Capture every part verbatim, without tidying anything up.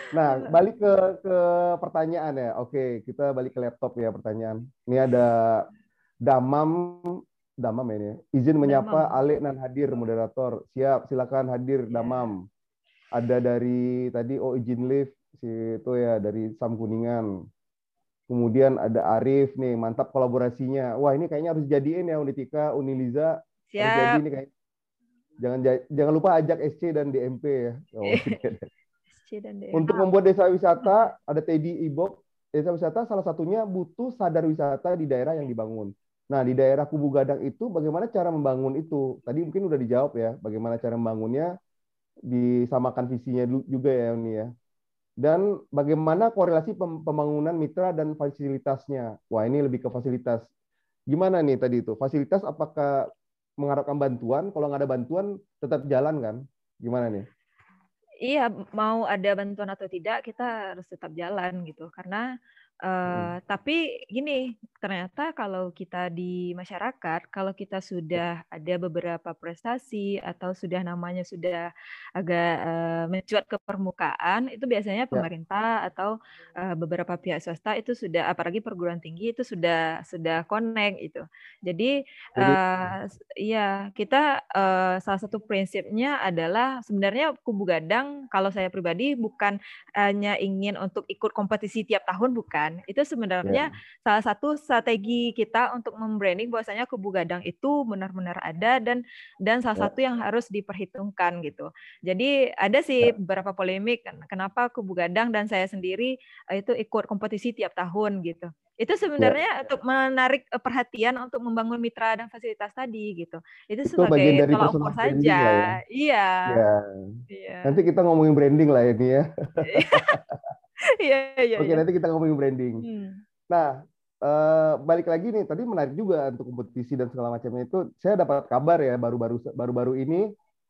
Nah, balik ke ke pertanyaan ya. Oke, kita balik ke laptop ya pertanyaan. Ini ada Damam, Damam ya ini, ya. Izin menyapa Damam. Ale nan hadir moderator. Siap, silakan hadir Ya. Damam. Ada dari tadi oh izin live si itu ya dari Sam Kuningan. Kemudian ada Arif nih, mantap kolaborasinya. Wah, ini kayaknya harus jadiin ya Unitika, Uniliza harus jadi Siap. ini kayak. Jangan jangan lupa ajak S C dan D M P ya. Oh, tidak. S C dan D M. Untuk membuat desa wisata, ada Teddy Ibok. Desa wisata salah satunya butuh sadar wisata di daerah yang dibangun. Nah, di daerah Kubu Gadang itu bagaimana cara membangun itu? Tadi mungkin udah dijawab ya, bagaimana cara membangunnya, disamakan visinya juga ya ini ya. Dan bagaimana korelasi pembangunan mitra dan fasilitasnya. Wah, ini lebih ke fasilitas. Gimana nih tadi itu? Fasilitas apakah mengharapkan bantuan? Kalau nggak ada bantuan, tetap jalan kan? Gimana nih? Iya, mau ada bantuan atau tidak, kita harus tetap jalan gitu. Karena Hmm. uh, tapi gini, ternyata kalau kita di masyarakat, kalau kita sudah ada beberapa prestasi atau sudah namanya sudah agak uh, mencuat ke permukaan, itu biasanya Ya, pemerintah atau uh, beberapa pihak swasta itu sudah, apalagi perguruan tinggi itu sudah sudah connect itu. Jadi jadi uh, iya, kita uh, salah satu prinsipnya adalah sebenarnya Kubu Gadang kalau saya pribadi bukan hanya ingin untuk ikut kompetisi tiap tahun, bukan. Itu sebenarnya ya. salah satu strategi kita untuk membranding bahwasanya Kubu Gadang itu benar-benar ada dan dan salah Ya, satu yang harus diperhitungkan gitu. Jadi ada sih ya. beberapa polemik kenapa Kubu Gadang dan saya sendiri itu ikut kompetisi tiap tahun gitu. Itu Ya, sebenarnya untuk menarik perhatian untuk membangun mitra dan fasilitas tadi gitu. Itu itu bagian sebagai dari tolak ukur personal branding lah ya. saja. Iya. Ya, nanti Iya. kita ngomongin branding lah ini ya. Iya, iya, Oke, iya. nanti kita ngomongin branding. Hmm. Nah, eh, balik lagi nih, tadi menarik juga untuk kompetisi dan segala macamnya itu. Saya dapat kabar ya, baru-baru baru-baru ini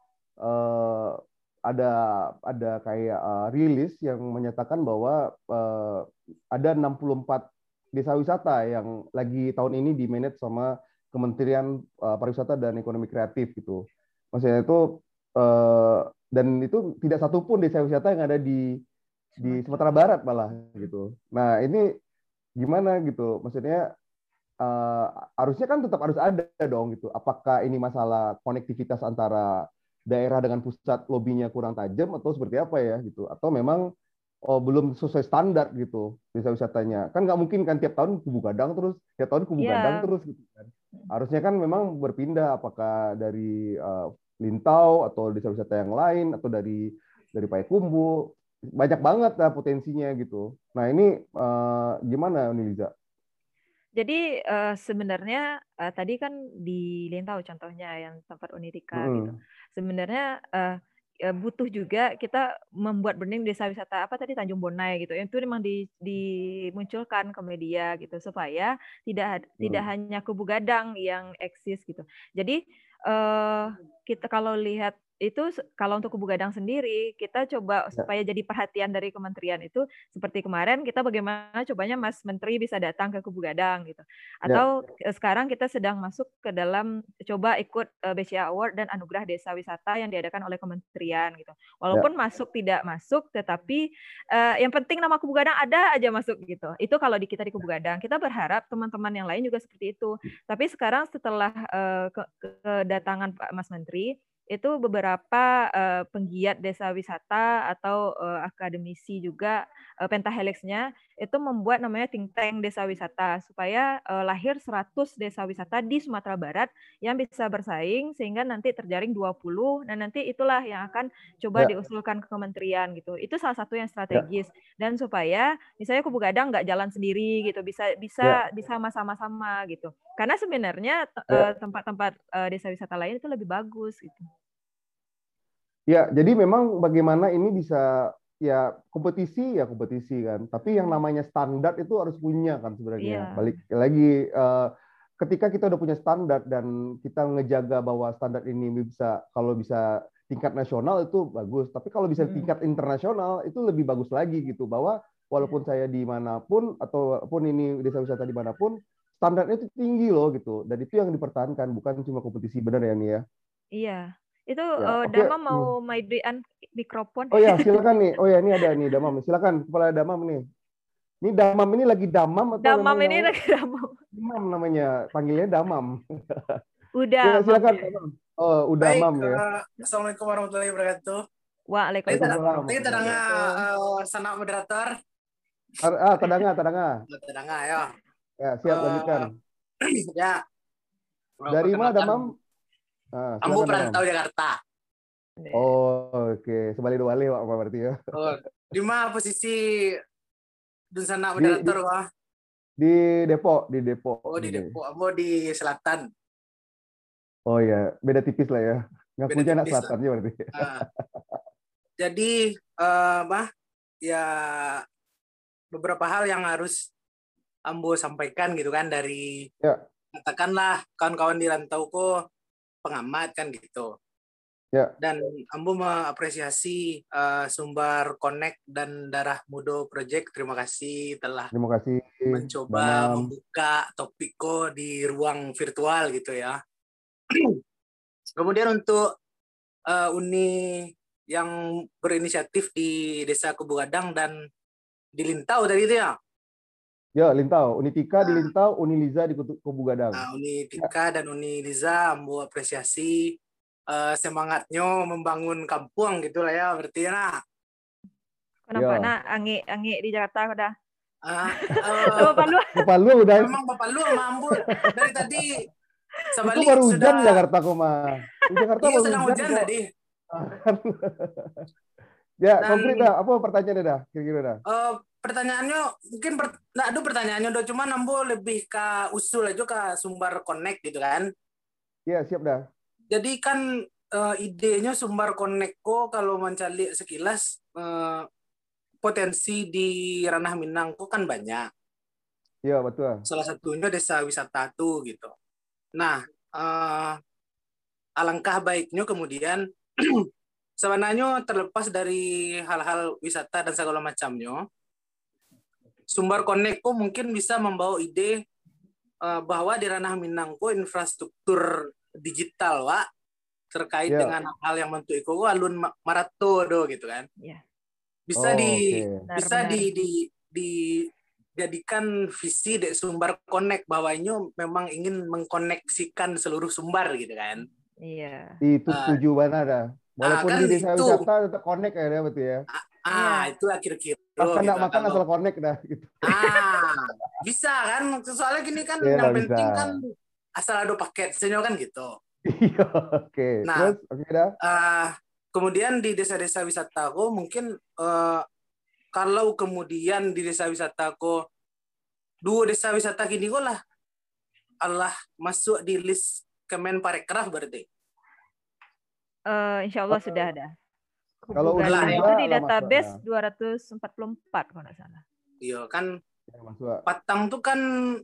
eh, ada ada kayak eh, rilis yang menyatakan bahwa eh, ada enam puluh empat desa wisata yang lagi tahun ini di-manage sama Kementerian eh, Pariwisata dan Ekonomi Kreatif gitu. Maksudnya itu eh, dan itu tidak satupun desa wisata yang ada di di Sumatera Sumatera Barat. Barat malah gitu. Nah, ini gimana gitu? Maksudnya uh, harusnya kan tetap harus ada dong gitu. Apakah ini masalah konektivitas antara daerah dengan pusat lobbynya kurang tajam atau seperti apa ya gitu? Atau memang oh, belum sesuai standar gitu desa wisatanya? Kan nggak mungkin kan tiap tahun Kubu Gadang terus, tiap tahun Kubu Gadang Iya. terus gitu kan. Harusnya kan memang berpindah apakah dari uh, Lintau atau desa wisata yang lain atau dari dari Payakumbuh. Banyak banget lah potensinya gitu. Nah ini uh, gimana nih Liza? Jadi uh, sebenarnya uh, tadi kan di Lintau contohnya yang tempat Unitika gitu. Mm-mm. Sebenarnya uh, butuh juga kita membuat branding desa wisata apa tadi Tanjung Bonai gitu. Itu memang di, dimunculkan ke media gitu supaya tidak tidak Mm. hanya Kubu Gadang yang eksis gitu. Jadi uh, kita kalau lihat itu kalau untuk Kubu Gadang sendiri kita coba Ya, supaya jadi perhatian dari kementerian itu seperti kemarin kita bagaimana cobanya Mas Menteri bisa datang ke Kubu Gadang gitu. ya, Atau sekarang kita sedang masuk ke dalam coba ikut B C A Award dan Anugerah Desa Wisata yang diadakan oleh kementerian gitu. ya, Walaupun masuk tidak masuk tetapi uh, yang penting nama Kubu Gadang ada aja masuk gitu. Itu kalau di kita di Kubu Gadang. Kita berharap teman-teman yang lain juga seperti itu. Tapi sekarang setelah uh, ke kedatangan Pak Mas Menteri itu beberapa uh, penggiat desa wisata atau uh, akademisi juga uh, pentahelixnya itu membuat namanya think tank desa wisata supaya uh, lahir seratus desa wisata di Sumatera Barat yang bisa bersaing sehingga nanti terjaring dua puluh dan nanti itulah yang akan coba ya, diusulkan ke kementerian gitu. Itu salah satu yang ya, strategis dan supaya misalnya Kubu Gadang nggak jalan sendiri gitu, bisa ya, bisa bisa sama-sama gitu. Karena sebenarnya uh, ya. tempat-tempat uh, desa wisata lain itu lebih bagus gitu. Ya, jadi memang bagaimana ini bisa ya kompetisi ya kompetisi kan. Tapi yang Hmm. namanya standar itu harus punya kan sebenarnya. Iya. Balik lagi eh, ketika kita udah punya standar dan kita ngejaga bahwa standar ini bisa kalau bisa tingkat nasional itu bagus. Tapi kalau bisa Hmm. tingkat internasional itu lebih bagus lagi gitu. Bahwa walaupun saya dimanapun ataupun ini desa wisata dimanapun standarnya itu tinggi loh gitu. Dan itu yang dipertahankan bukan cuma kompetisi benar ya nih ya. Iya. Itu Ya, uh, oke. Dama mau Hmm. maidian mikrofon. Oh ya, silakan nih. Oh ya, ini ada nih Damam. Silakan Kepala Damam nih. Ini Damam ini lagi damam atau Damam memang ini namanya lagi damam. Damam namanya, panggilnya Damam. Udah, Ya, mam. silakan Damam. Oh, udah Baik, Mam ya. uh, Assalamualaikum warahmatullahi wabarakatuh. Lagi Waalaikumsalam. tadang, Waalaikumsalam. lagi tadang uh, sana moderator. Ah, tadanga, tadanga. Tadang ayo. Ya, siap Uh, lanjutkan. ya. Dari mana Damam? Ah, Ambo silakan Damam. perantau Jakarta. Oh, oke. Okay. Sebalik dua wali, Pak, berarti ya. Oh, di mana posisi dun sana Di, di, moderator, Wah? di Depok, di Depok. Oh, di Ini. Depok. Ambo di selatan. Oh ya, beda tipis lah ya. Nggak punya anak selatannya berarti. Uh, jadi, uh, bah, ya beberapa hal yang harus Ambo sampaikan gitu kan dari ya. Katakanlah kawan-kawan di rantau kok pengamat kan gitu. Ya. Dan Ambo mengapresiasi uh, Sumbar Connect dan Darah Mudo Project. Terima kasih telah Terima kasih, mencoba Damam. membuka topiko di ruang virtual gitu ya. Kemudian untuk uh, Uni yang berinisiatif di Desa Kubu Gadang dan di Lintau tadi itu ya? Ya, Lintau. Unitika nah. di Lintau, Uniliza di Kubu Gadang. Nah, Unitika ya. Dan Uniliza Ambo apresiasi Uh, semangatnya membangun kampung gitulah ya berarti ya nak. Kenapa ya. Nak angin angin di Jakarta udah? Uh, uh, Bapak lu, Bapak lu udah. Memang Bapak lu sama Ambo dari tadi. Itu baru hujan sudah... Jakarta kok mah. Di Jakarta iya, baru sedang hujan, hujan tadi. Ya, Dan, konkret dah. Apa pertanyaannya dah? Kira-kira dah. Uh, pertanyaannya mungkin per, nah, aduh pertanyaannya udah cuma Ambo lebih ke usul aja ke Sumbar Connect gitu kan? Iya, siap dah. Jadi kan uh, idenya Sumbar Connect kok kalau mencari sekilas uh, potensi di ranah Minang kok kan banyak. Iya betul. Salah satunya desa wisata tuh gitu. Nah uh, alangkah baiknya kemudian sebenarnya terlepas dari hal-hal wisata dan segala macamnya, Sumbar Connect kok mungkin bisa membawa ide uh, bahwa di ranah Minang kok infrastruktur digital Wak terkait yeah. dengan hal yang bentuk itu alun marato do gitu kan yeah. bisa oh, di okay. bisa benar, di, di dijadikan visi dari Sumbar Connect bahwa ini memang ingin mengkoneksikan seluruh Sumbar gitu kan iya yeah. itu setuju uh, banget dah walaupun uh, kan di desa itu, wisata tetap connect ya dia betul ya ah yeah. itu kira-kira makan gitu, makan asal connect dah gitu. ah bisa kan soalnya gini kan yeah, yang bisa. Penting kan asal ada paket senyo kan gitu. Iya, oke. Okay. Nah, terus oke okay, dah. Uh, kemudian di desa-desa wisata ko mungkin uh, kalau kemudian di desa wisata ko dua desa wisata gini ko lah Allah masuk di list Kemenparekraf berarti. Uh, insya Allah uh, sudah ada. Kalau udah itu di database dua ratus empat puluh empat kalau nggak salah. Iya kan. Ya, Patang tuh kan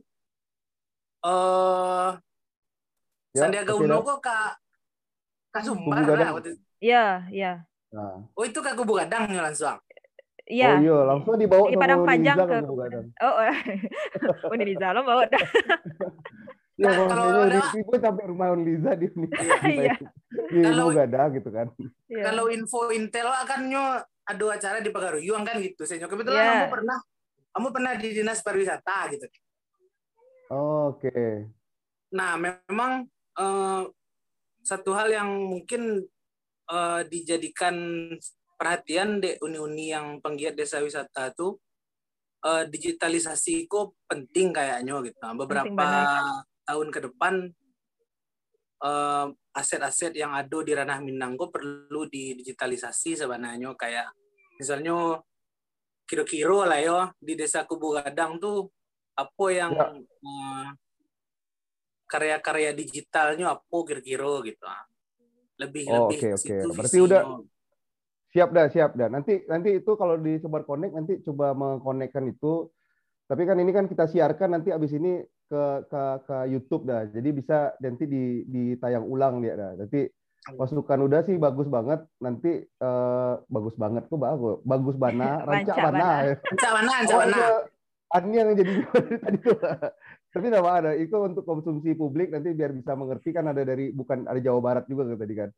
Uh, ya, Sandiaga Uno kok Kak Kak Sumbar lah. Iya, iya. Nah. Oh itu Kak Kubu Gadang ya langsung. Iya. Oh iya, langsung dibawa di Padang Panjang ke Kubu Gadang. Oh, oh Uniliza lo bawa dah. Ya, nah, kalau gue sampai rumah Uniliza di Iya. Di Kubu Gadang gitu kan. Ya. Kalau info intel kan nyo ada acara di Pagaruyung kan gitu. Saya kebetulan yeah. kamu pernah kamu pernah di Dinas Pariwisata gitu. Oh, oke. Okay. Nah, memang uh, satu hal yang mungkin uh, dijadikan perhatian di uni-uni yang penggiat desa wisata itu uh, digitalisasi kok penting kayaknya gitu. Beberapa tahun ke depan uh, aset-aset yang ada di ranah Minang kok perlu didigitalisasi sebenarnya kayak misalnya kira-kira lah ya di desa Kubu Gadang tuh apa yang ya. uh, karya-karya digitalnya apa kira-kira gitu. Lebih oh, lebih oke oke. Berarti udah siap dah, siap dah. Nanti nanti itu kalau di Sumbar Connect nanti coba mengkonekkan itu. Tapi kan ini kan kita siarkan nanti abis ini ke ke ke YouTube dah. Jadi bisa nanti di ditayang ulang dia dah. Nanti masukan udah sih bagus banget. Nanti uh, bagus banget kok bagus. Bagus bana, rancak bana. Rancak bana, rancak bana. Ani yang jadi tadi tuh. Tapi tidak ada. Itu untuk konsumsi publik nanti biar bisa mengerti kan ada dari bukan ada Jawa Barat juga tadi kan.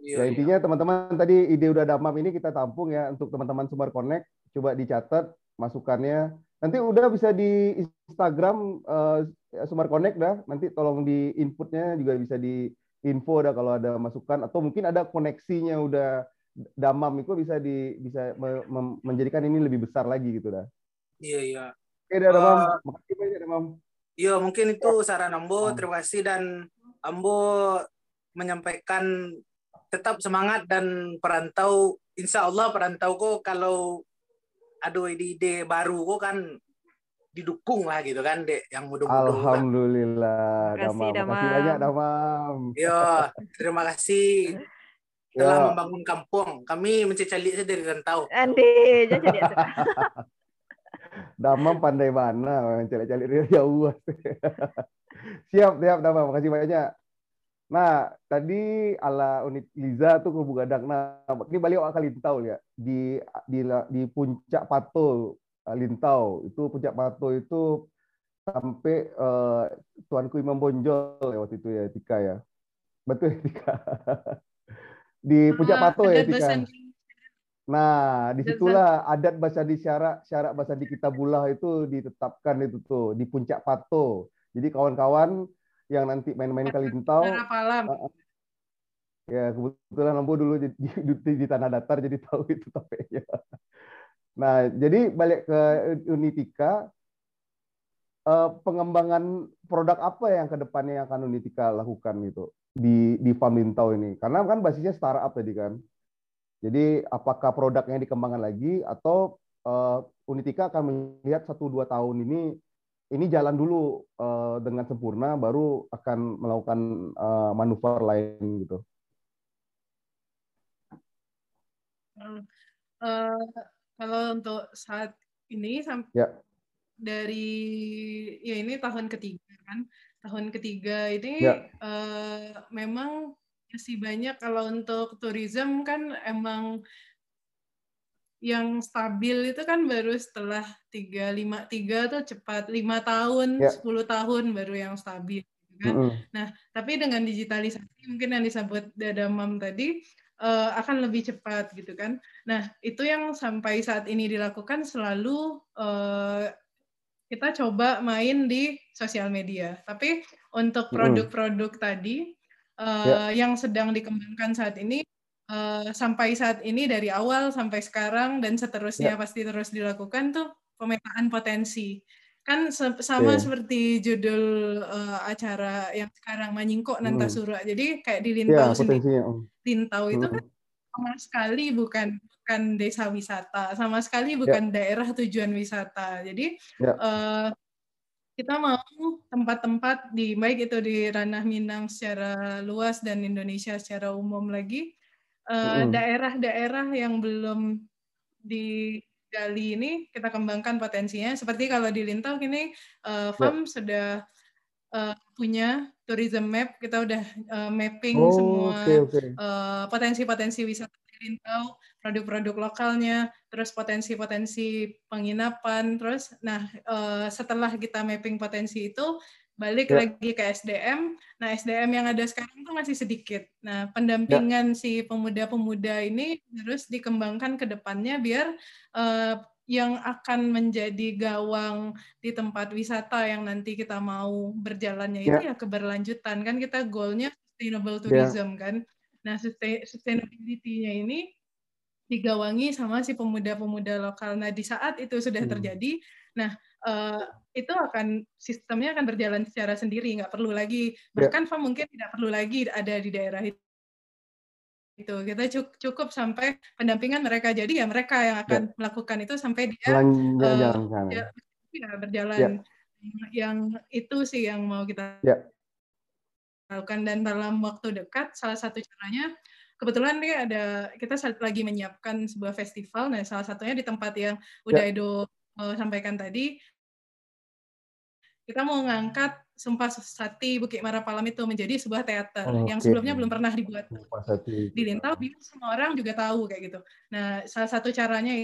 Iya, Ya iya. intinya teman-teman tadi ide udah damam ini kita tampung ya untuk teman-teman Sumber Connect, coba dicatat masukannya. Nanti udah bisa di Instagram uh, Sumber Connect dah. Nanti tolong di inputnya juga bisa di info dah kalau ada masukan atau mungkin ada koneksinya udah damam itu bisa di bisa me, me, menjadikan ini lebih besar lagi gitu dah. Iya, iya. Oke dah damam, Uh, makasih banyak damam. iya, mungkin itu saran Ambo. Terima kasih dan Ambo menyampaikan tetap semangat dan perantau. Insya Allah perantau kok kalau ada ide-ide baru kok kan didukung lah gitu kan, dek yang muda-muda kan. Alhamdulillah Makasih damam, makasih banyak Damam. damam. Yo, terima kasih telah Ya. membangun kampung. Kami mencicali saja dari rantau. Andi, jangan jadi asal. Damam pandai mana, cari-cari dia jauh. Siap, siap, Damam. Makasih banyak. Nah, tadi ala unit Liza tuh ke Bugadang. Nah, ini balik ke Lintau ya. Di di di puncak Pato Lintau. Itu puncak Pato itu sampai uh, Tuanku Imam Bonjol ya waktu itu ya, Tika ya. Betul ya, Tika. Di puncak Pato ya, Tika. Nah, disitulah adat bahasa di syarak syarak bahasa di Kitabullah itu ditetapkan itu tuh di puncak Pato. Jadi kawan-kawan yang nanti main-main ke Lintau, uh, ya kebetulan Lampu dulu di, di, di, di tanah datar jadi tahu itu topenya. Nah, jadi balik ke Unitika, uh, pengembangan produk apa yang ke depannya akan Unitika lakukan gitu di di Farm Lintau ini? Karena kan basisnya startup tadi kan. Jadi apakah produknya dikembangkan lagi atau uh, Unitika akan melihat satu dua tahun ini ini jalan dulu uh, dengan sempurna baru akan melakukan uh, manuver lain gitu. Uh, kalau untuk saat ini ya. dari ya ini tahun ketiga kan, tahun ketiga ini ya. uh, memang masih banyak. Kalau untuk tourism kan emang yang stabil itu kan baru setelah tiga lima tiga tuh cepat lima tahun ya. sepuluh tahun baru yang stabil gitu kan. Mm-hmm. Nah tapi dengan digitalisasi mungkin yang disebut Dadamam tadi uh, akan lebih cepat gitu kan. Nah itu yang sampai saat ini dilakukan selalu uh, kita coba main di sosial media. Tapi untuk produk-produk tadi uh, ya. yang sedang dikembangkan saat ini, uh, sampai saat ini dari awal sampai sekarang dan seterusnya ya. pasti terus dilakukan tuh pemetaan potensi. Kan sama okay. seperti judul uh, acara yang sekarang Manyingko Nantasura. Hmm. Jadi kayak di Lintau ya, sendiri. Lintau itu hmm. kan sama sekali bukan bukan desa wisata, sama sekali bukan ya. daerah tujuan wisata. Jadi ya. uh, kita mau tempat-tempat di baik itu di ranah Minang secara luas dan Indonesia secara umum lagi, uh, mm. daerah-daerah yang belum digali ini kita kembangkan potensinya. Seperti kalau di Lintau kini uh, Farm ya. sudah uh, punya tourism map, kita udah uh, mapping oh, semua okay, okay. Uh, potensi-potensi wisata di Lintau, produk-produk lokalnya, terus potensi-potensi penginapan, terus nah uh, setelah kita mapping potensi itu balik yeah. lagi ke S D M. Nah S D M yang ada sekarang tuh masih sedikit. Nah pendampingan yeah. si pemuda-pemuda ini harus dikembangkan ke depannya biar uh, yang akan menjadi gawang di tempat wisata yang nanti kita mau berjalannya itu yeah. ya keberlanjutan kan, kita goalnya sustainable tourism yeah. kan. Nah sustainability-nya ini digawangi sama si pemuda-pemuda lokal. Nah di saat itu sudah terjadi, hmm. nah uh, itu akan sistemnya akan berjalan secara sendiri, nggak perlu lagi bahkan yeah. mungkin tidak perlu lagi ada di daerah itu. Itu kita cukup sampai pendampingan mereka, jadi ya mereka yang akan ya. melakukan itu sampai dia uh, ya, ya, berjalan ya. Yang itu sih yang mau kita ya. lakukan, dan dalam waktu dekat salah satu caranya kebetulan nih ada kita lagi menyiapkan sebuah festival. Nah salah satunya di tempat yang udah ya. Edo uh, sampaikan tadi, kita mau ngangkat Sumpah Sati Bukit Marapalam itu menjadi sebuah teater oh, yang okay. sebelumnya belum pernah dibuat di Lintau, semua orang juga tahu kayak gitu. Nah, salah satu caranya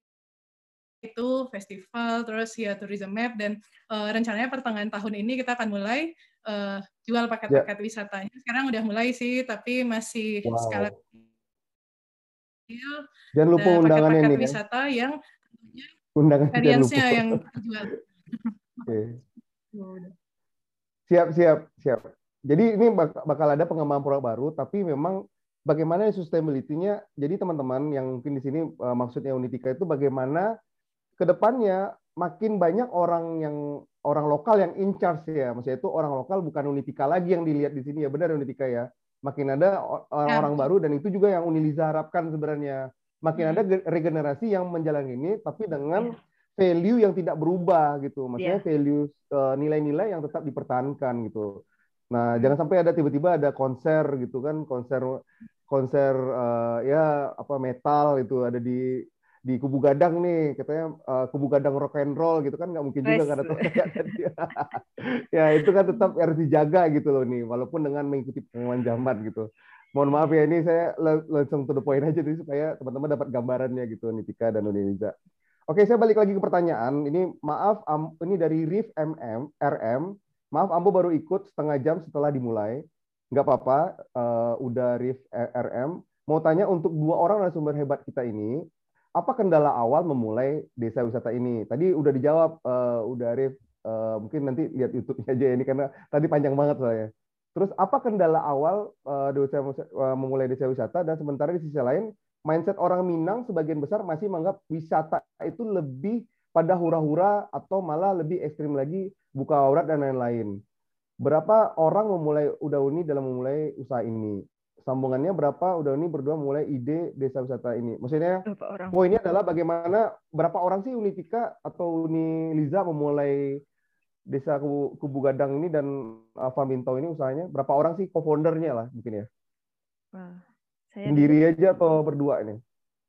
itu festival, terus ya tourism map, dan uh, rencananya pertengahan tahun ini kita akan mulai uh, jual paket-paket yeah. wisatanya. Sekarang udah mulai sih, tapi masih wow. skala kecil. Jangan lupa uh, undangannya paket-paket nih wisata ya. yang undangan variance-nya yang jual. Okay. Siap, siap, siap. Jadi ini bakal ada pengembangan produk baru, tapi memang bagaimana sustainability-nya. Jadi teman-teman yang mungkin di sini uh, maksudnya Unitika itu bagaimana ke depannya makin banyak orang yang orang lokal yang in charge ya. Maksudnya itu orang lokal bukan Unitika lagi yang dilihat di sini ya. Benar Unitika ya. Makin ada orang-orang ya. baru dan itu juga yang Uniliza harapkan sebenarnya. Makin hmm. ada regenerasi yang menjalani ini tapi dengan ya. value yang tidak berubah gitu. Maksudnya ya. value uh, nilai-nilai yang tetap dipertahankan gitu. Nah, hmm. jangan sampai ada tiba-tiba ada konser gitu kan, konser konser uh, ya apa metal itu ada di di Kubu Gadang nih, katanya uh, Kubu Gadang rock and roll gitu kan nggak mungkin juga karena ya itu kan tetap harus dijaga gitu loh nih, walaupun dengan mengikuti perkembangan zaman gitu. Mohon maaf ya ini saya langsung to the point aja jadi supaya teman-teman dapat gambarannya gitu Nitika dan Uniliza. Oke, saya balik lagi ke pertanyaan. Ini maaf ini dari Rif M M R M. Maaf, Ambo baru ikut setengah jam setelah dimulai. Nggak apa-apa, uh, udah Rif R M. Mau tanya untuk dua orang narasumber hebat kita ini, apa kendala awal memulai desa wisata ini? Tadi udah dijawab, uh, udah Rif. Uh, mungkin nanti lihat YouTube-nya aja ini, karena tadi panjang banget soalnya. Terus apa kendala awal uh, desa, uh, memulai desa wisata? Dan sementara di sisi lain, mindset orang Minang sebagian besar masih menganggap wisata itu lebih pada hura-hura atau malah lebih ekstrim lagi buka aurat dan lain-lain. Berapa orang memulai Udauni dalam memulai usaha ini? Sambungannya berapa Udauni berdua mulai ide desa wisata ini? Maksudnya poinnya adalah bagaimana berapa orang sih Unitika atau Uniliza memulai desa Kubu, Kubu Gadang ini dan uh, Farminto ini usahanya? Berapa orang sih co-foundernya lah mungkin ya? Wah, saya sendiri dulu. aja atau berdua ini?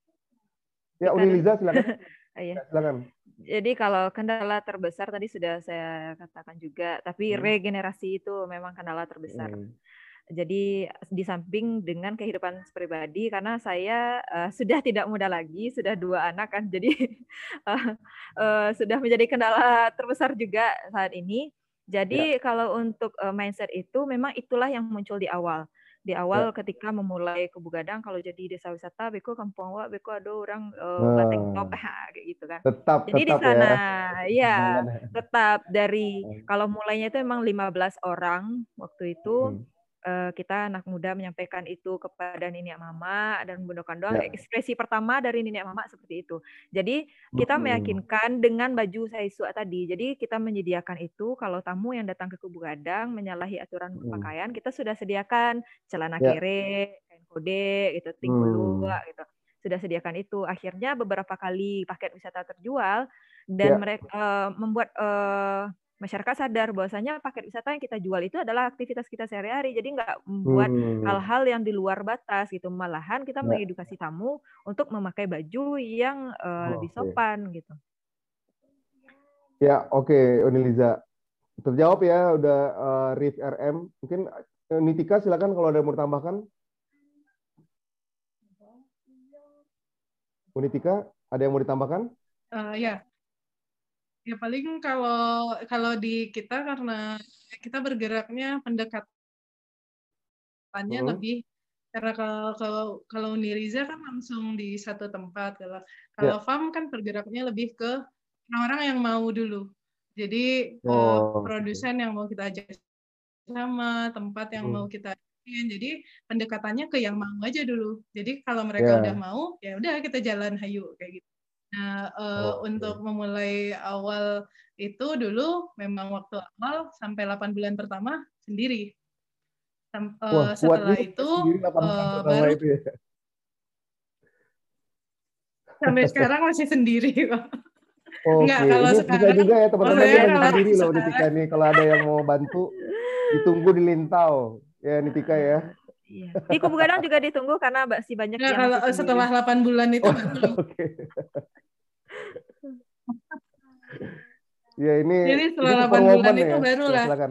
Ya Uniliza silakan. Iya. Silakan. Jadi kalau kendala terbesar tadi sudah saya katakan juga, tapi hmm. regenerasi itu memang kendala terbesar. Hmm. Jadi di samping dengan kehidupan pribadi, karena saya uh, sudah tidak muda lagi, sudah dua anak kan, jadi uh, uh, sudah menjadi kendala terbesar juga saat ini. Jadi ya. kalau untuk uh, mindset itu memang itulah yang muncul di awal. Di awal ya. ketika memulai Kubu Gadang, kalau jadi desa wisata, beko kampung wa, beko ada orang uh, nah. bateng top, kayak gitu kan. Tetap, jadi tetap di sana, ya, ya tetap dari kalau mulainya itu memang lima belas orang waktu itu. Hmm. Kita anak muda menyampaikan itu kepada nenek mama dan Bunda Kandang. Ya. Ekspresi pertama dari nenek mama seperti itu. Jadi kita hmm. meyakinkan dengan baju saisu tadi. Jadi kita menyediakan itu kalau tamu yang datang ke Kubu Gadang menyalahi aturan hmm. pakaian, kita sudah sediakan celana ya. kere, kain kode, gitu, tinggulu, hmm. gitu. Sudah sediakan itu. Akhirnya beberapa kali paket wisata terjual dan ya. mereka uh, membuat uh, masyarakat sadar bahwasanya paket wisata yang kita jual itu adalah aktivitas kita sehari-hari, jadi nggak membuat hmm. hal-hal yang di luar batas gitu. Malahan kita ya. mengedukasi tamu untuk memakai baju yang uh, oh, lebih sopan okay. gitu. Ya oke okay. Uniliza terjawab ya udah uh, Rif R M. Mungkin Nitika silakan kalau ada yang mau ditambahkan. Unitika ada yang mau ditambahkan? Uh, ya. Ya paling kalau kalau di kita karena kita bergeraknya pendekatannya hmm. lebih karena kalau kalau kalau Uniliza kan langsung di satu tempat, kalau kalau yeah. Farm kan bergeraknya lebih ke orang-orang yang mau dulu. Jadi oh, uh, produsen okay. yang mau kita ajak sama, tempat yang hmm. mau kita ajakin. Jadi pendekatannya ke yang mau aja dulu. Jadi kalau mereka yeah. udah mau, ya udah kita jalan hayu kayak gitu. Nah, uh, oh, untuk okay. memulai awal itu dulu memang waktu awal sampai delapan bulan pertama sendiri. Sam, uh, Wah, setelah itu uh, baru itu ya. Sampai sekarang masih sendiri kok. Oke, okay. kalau ini sekarang bisa juga ya teman-teman yang masih sendiri loh Nitika nih. Kalau ada yang mau bantu, ditunggu di Lintau ya Nitika ya. Iya. Di Kubu Gadang juga ditunggu karena masih banyak nah, yang kalau masih setelah delapan bulan itu oh, baru. Okay. Ya ini jadi setelah delapan bulan itu ya. baru lah. Ya,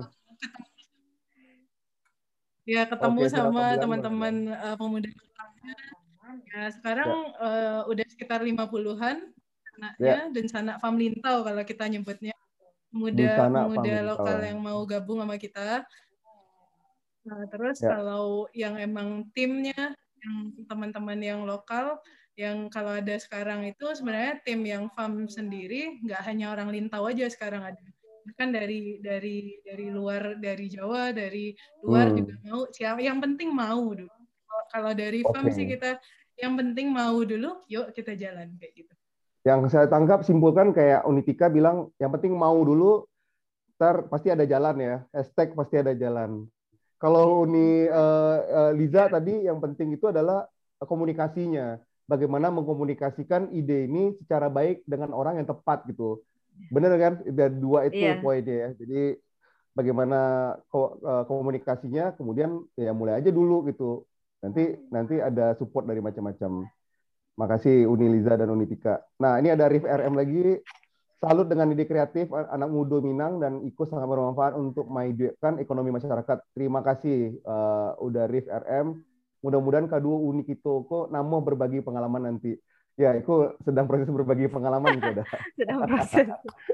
ya ketemu okay, sama teman-teman uh, pemuda. Ya sekarang ya. Uh, udah sekitar lima puluhan anaknya ya. dan sanak Farm Lintau kalau kita nyebutnya. pemuda-pemuda lokal yang mau gabung sama kita. Nah, terus ya. Kalau yang emang timnya, yang teman-teman yang lokal, yang kalau ada sekarang itu sebenarnya tim yang farm sendiri, nggak hanya orang Lintau aja sekarang ada. Kan dari dari dari luar, dari Jawa, dari luar hmm. juga mau. Siapa yang penting mau dulu. Kalau dari farm okay. sih kita yang penting mau dulu, yuk kita jalan kayak gitu. Yang saya tangkap simpulkan kayak Unitika bilang, yang penting mau dulu, ntar pasti ada jalan ya. Hashtag pasti ada jalan. Kalau Uni uh, uh, Liza tadi yang penting itu adalah komunikasinya. Bagaimana mengkomunikasikan ide ini secara baik dengan orang yang tepat gitu. Benar kan? Ada dua itu Iya. poinnya ya. Jadi bagaimana ko uh, komunikasinya, kemudian ya mulai aja dulu gitu. Nanti nanti ada support dari macam-macam. Makasih Uni Liza dan Unitika. Nah, ini ada Rif R M lagi. Salut dengan ide kreatif anak muda Minang dan ikut sangat bermanfaat untuk memajukan ekonomi masyarakat. Terima kasih uh, udah Rif R M. Mudah-mudahan kedua Uni kita kok nama berbagi pengalaman nanti. Ya, itu sedang proses berbagi pengalaman itu ada. Sedang proses.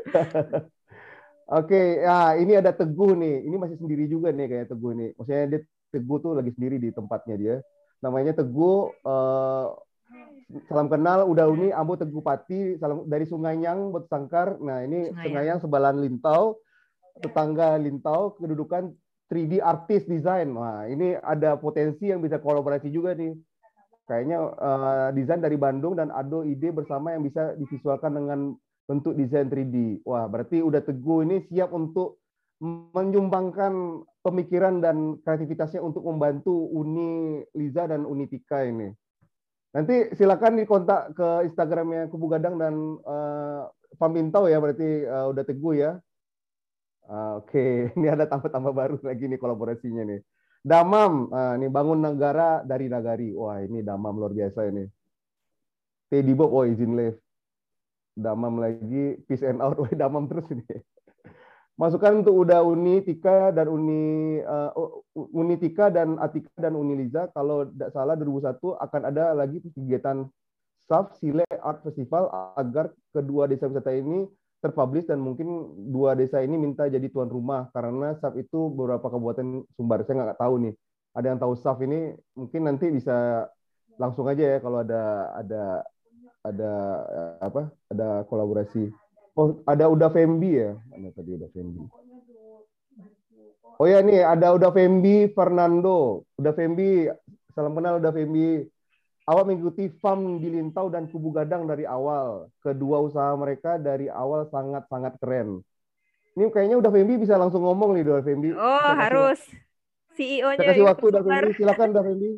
Oke, okay, ya ini ada Teguh nih. Ini masih sendiri juga nih kayak Teguh nih. Maksudnya dia Teguh tuh lagi sendiri di tempatnya dia. Namanya Teguh. Uh, Salam kenal, udah Uni, Ambo Teguh Pati, salam dari Sungainyang, Bot Sangkar. Nah ini Sungainyang sebalan Lintau, tetangga Lintau, kedudukan tiga D artist design. Wah ini ada potensi yang bisa kolaborasi juga nih. Kayaknya uh, desain dari Bandung dan Ado ide bersama yang bisa divisualkan dengan bentuk desain tiga D. Wah berarti udah Teguh ini siap untuk menyumbangkan pemikiran dan kreativitasnya untuk membantu Uni Liza dan Unitika ini. Nanti silakan dikontak ke Instagramnya Kubu Gadang dan uh, Pamintau ya, berarti uh, udah Teguh ya. Uh, Oke, okay. Ini ada tambah-tambah baru lagi nih kolaborasinya nih. Damam, uh, ini bangun negara dari nagari. Wah ini Damam luar biasa ini. Teddy Bob, oh izin live. Damam lagi, peace and out. Wah Damam terus ini. Masukan untuk udah Uni Tika dan Uni uh, Uni Tika dan Atika dan Uni Liza, kalau tidak salah dua ribu satu akan ada lagi kegiatan S A F Sile Art Festival agar kedua desa wisata ini terpublish dan mungkin dua desa ini minta jadi tuan rumah karena S A F itu beberapa kabupaten Sumbar. Saya nggak tahu nih. Ada yang tahu S A F ini mungkin nanti bisa langsung aja ya kalau ada ada ada apa? Ada kolaborasi. Oh, ada Uda Fembi ya? Ada tadi Uda Fembi. Oh ya nih, ada Uda Fembi Fernando. Uda Fembi, salam kenal Uda Fembi. Awak mengikuti farm di Lintau dan Kubu Gadang dari awal. Kedua usaha mereka dari awal sangat-sangat keren. Ini kayaknya Uda Fembi bisa langsung ngomong nih Uda Fembi. Oh, harus. C E O-nya. Saya kasih waktu Uda Fembi. Silakan Uda Fembi.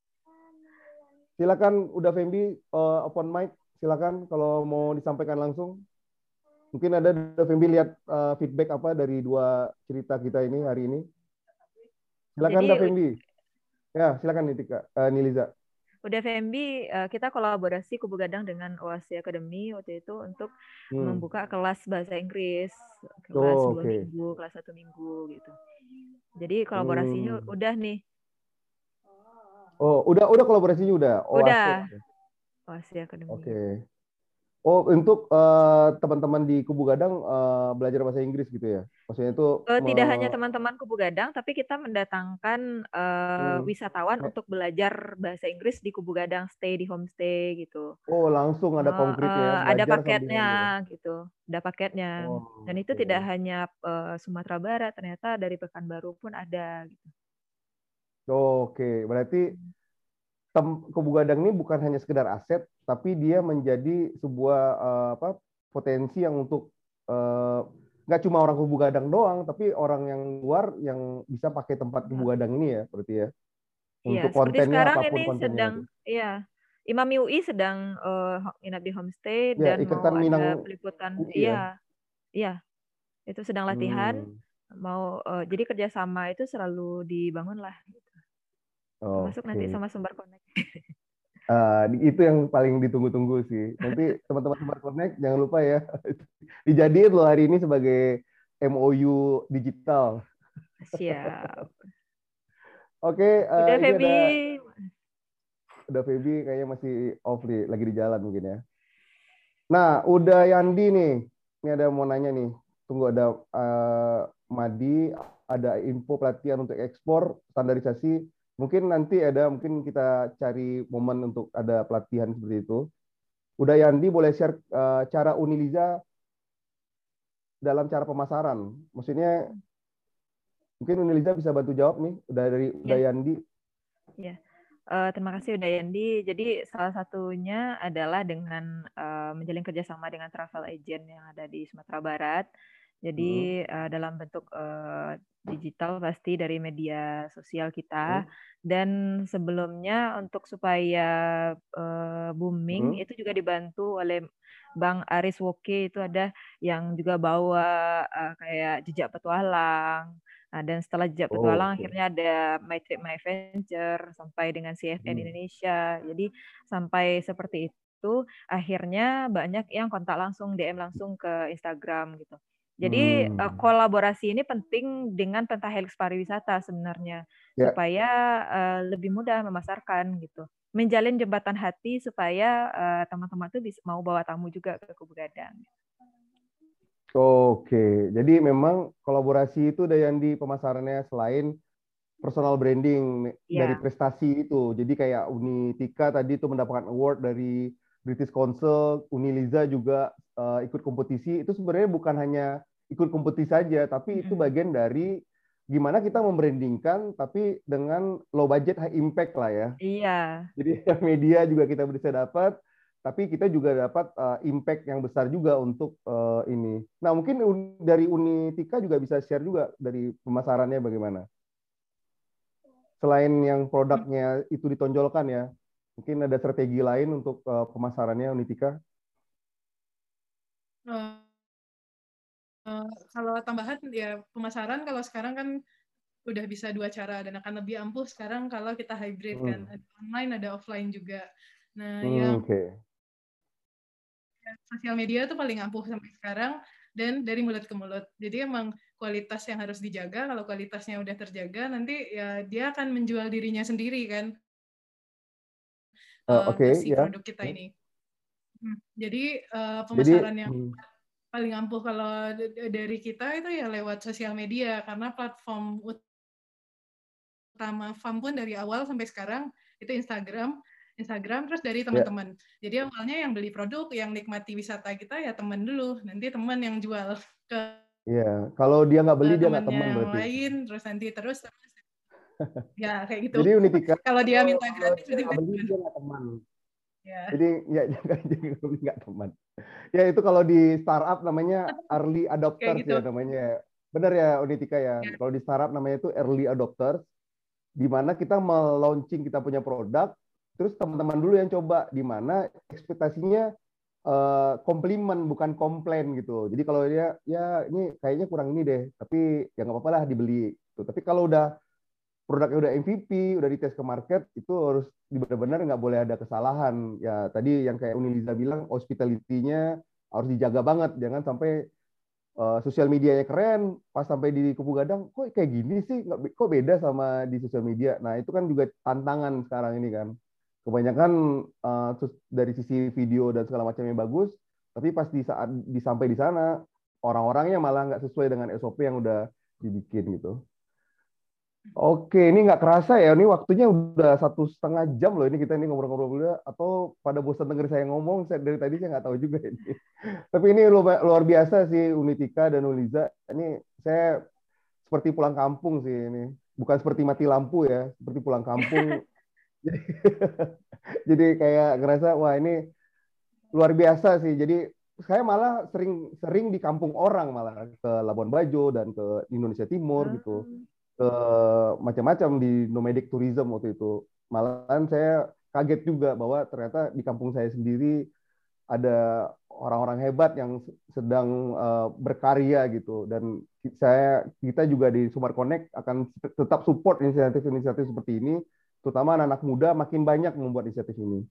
Silakan Uda Fembi, uh, open mic. Silakan kalau mau disampaikan langsung. Mungkin ada Uda Fembi lihat uh, feedback apa dari dua cerita kita ini hari ini. Silakan Uda Fembi. Ya, silakan Nitika, uh, Niliza. Uda Fembi, uh, kita kolaborasi Kubu Gadang dengan O A S I Academy waktu itu untuk hmm. membuka kelas bahasa Inggris, kelas oh, dua okay. minggu, kelas satu minggu gitu. Jadi kolaborasinya hmm. udah nih. Oh, udah udah kolaborasinya udah. O A S I. Udah. O A S I Academy. Oke. Okay. Oh, untuk uh, teman-teman di Kubu Gadang uh, belajar bahasa Inggris gitu ya? Maksudnya itu uh, me... tidak hanya teman-teman Kubu Gadang, tapi kita mendatangkan uh, hmm. wisatawan eh. untuk belajar bahasa Inggris di Kubu Gadang, stay di homestay gitu. Oh, langsung ada uh, konkretnya. Uh, ada paketnya gitu, ada paketnya. Oh, dan itu okay. tidak hanya uh, Sumatera Barat, ternyata dari Pekanbaru pun ada. Gitu. Oh, Oke, okay. Berarti Kubu Gadang ini bukan hanya sekedar aset, tapi dia menjadi sebuah uh, apa potensi yang untuk uh, nggak cuma orang Kubu Gadang doang, tapi orang yang luar yang bisa pakai tempat Kubu Gadang ini ya, berarti ya. Untuk ya, kontennya sekarang apapun ini kontennya. Sedang, iya, Imam U I sedang uh, nginap di homestay ya, dan mau Minang ada peliputan, iya, iya, itu sedang latihan, hmm. mau uh, jadi kerjasama itu selalu dibangun lah. Termasuk okay. nanti sama Sumbar Connect. Uh, itu yang paling ditunggu-tunggu sih. Nanti teman-teman Sumbar Connect jangan lupa ya. Dijadiin loh hari ini sebagai M O U digital. Siap. Oke. Okay, uh, udah Feby. Ada... Udah Feby kayaknya masih off nih. Lagi di jalan mungkin ya. Nah, udah Yandi nih. Ini ada yang mau nanya nih. tunggu ada uh, Madi, ada info pelatihan untuk ekspor, standarisasi. Mungkin nanti ada, mungkin kita cari momen untuk ada pelatihan seperti itu. Udah Yandi boleh share uh, cara Uniliza dalam cara pemasaran. Maksudnya mungkin Uniliza bisa bantu jawab nih, udah dari Ya. udah Yandi. Ya. Uh, terima kasih Udayandi. Jadi salah satunya adalah dengan uh, menjalin kerjasama dengan travel agent yang ada di Sumatera Barat. Jadi hmm. uh, dalam bentuk uh, digital pasti dari media sosial kita. Hmm. Dan sebelumnya untuk supaya uh, booming hmm. itu juga dibantu oleh Bang Aris Woke, itu ada yang juga bawa uh, kayak jejak petualang. Nah, dan setelah jejak petualang oh, okay. akhirnya ada My Trip My Adventure sampai dengan C F N hmm. Indonesia. Jadi sampai seperti itu akhirnya banyak yang kontak langsung, D M langsung ke Instagram gitu. Jadi hmm. uh, kolaborasi ini penting dengan pentahelix pariwisata sebenarnya yeah. supaya uh, lebih mudah memasarkan gitu. Menjalin jembatan hati supaya uh, teman-teman tuh bisa mau bawa tamu juga ke Kubu Gadang. Oke, jadi memang kolaborasi itu ada yang di pemasarannya selain personal branding yeah. dari prestasi itu. Jadi kayak Unitika tadi itu mendapatkan award dari British Council, Uniliza juga uh, ikut kompetisi. Itu sebenarnya bukan hanya ikut kompetisi saja, tapi mm-hmm. itu bagian dari gimana kita membrandingkan, tapi dengan low budget high impact lah ya. Iya. Jadi media juga kita bisa dapat, tapi kita juga dapat uh, impact yang besar juga untuk uh, ini. Nah mungkin dari Unitika juga bisa share juga dari pemasarannya bagaimana. Selain yang produknya itu ditonjolkan ya, mungkin ada strategi lain untuk uh, pemasarannya Unitika? Uh, uh, kalau tambahan ya pemasaran kalau sekarang kan udah bisa dua cara dan akan lebih ampuh sekarang kalau kita hybrid hmm. kan, ada online ada offline juga. Nah hmm, yang okay. sosial media tuh paling ampuh sampai sekarang dan dari mulut ke mulut. Jadi emang kualitas yang harus dijaga. Kalau kualitasnya udah terjaga, nanti ya dia akan menjual dirinya sendiri kan. Uh, Oke, okay, si yeah. produk kita ini. Hmm, jadi uh, pemasaran Jadi, yang hmm. paling ampuh kalau dari kita itu ya lewat sosial media karena platform utama F A M pun dari awal sampai sekarang itu Instagram. Instagram terus dari teman-teman. Yeah. Jadi awalnya yang beli produk, yang nikmati wisata kita ya teman dulu, nanti teman yang jual ke. Iya, yeah. Kalau dia nggak beli dia nggak teman yang berarti. lain, terus nanti terus terus. Ya kayak gitu. Jadi Unitika. Kalau dia minta gratis berarti nggak beli dia nggak teman. Ya. Jadi ya jangan jadi nggak teman. Ya itu kalau di startup namanya early adopters gitu. Ya namanya. Benar ya Unitika ya. ya. Kalau di startup namanya itu early adopters. Di mana kita meluncing kita punya produk, terus teman-teman dulu yang coba, di mana ekspektasinya uh, komplimen bukan komplain gitu. Jadi kalau dia ya ini kayaknya kurang ini deh, tapi ya nggak apa-apa lah dibeli. Gitu. Tapi kalau udah produknya udah M V P, udah dites ke market, itu harus benar-benar nggak boleh ada kesalahan. Ya tadi yang kayak Uniliza bilang, hospitality-nya harus dijaga banget, jangan sampai Uh, sosial medianya keren, pas sampai di Kubu Gadang, kok kayak gini sih, nggak, kok beda sama di sosial media. Nah itu kan juga tantangan sekarang ini kan. Kebanyakan uh, dari sisi video dan segala macamnya bagus, tapi pas di saat disampai di sana, orang-orangnya malah nggak sesuai dengan S O P yang udah dibikin gitu. Oke, ini nggak kerasa ya, ini waktunya udah satu setengah jam loh ini kita ini ngobrol-ngobrol dulu, atau pada bosan denger saya ngomong, saya dari tadi saya nggak tahu juga ini. Tapi ini luar biasa sih Unitika dan Uliza, ini saya seperti pulang kampung sih ini, bukan seperti mati lampu ya, seperti pulang kampung. jadi, jadi kayak ngerasa wah ini luar biasa sih. Jadi saya malah sering sering di kampung orang malah ke Labuan Bajo dan ke Indonesia Timur gitu. Ke macam-macam di nomadic tourism waktu itu. Malahan saya kaget juga bahwa ternyata di kampung saya sendiri ada orang-orang hebat yang sedang uh, berkarya gitu. Dan saya kita juga di Sumar Connect akan tetap support inisiatif-inisiatif seperti ini, terutama anak-anak muda makin banyak membuat inisiatif ini.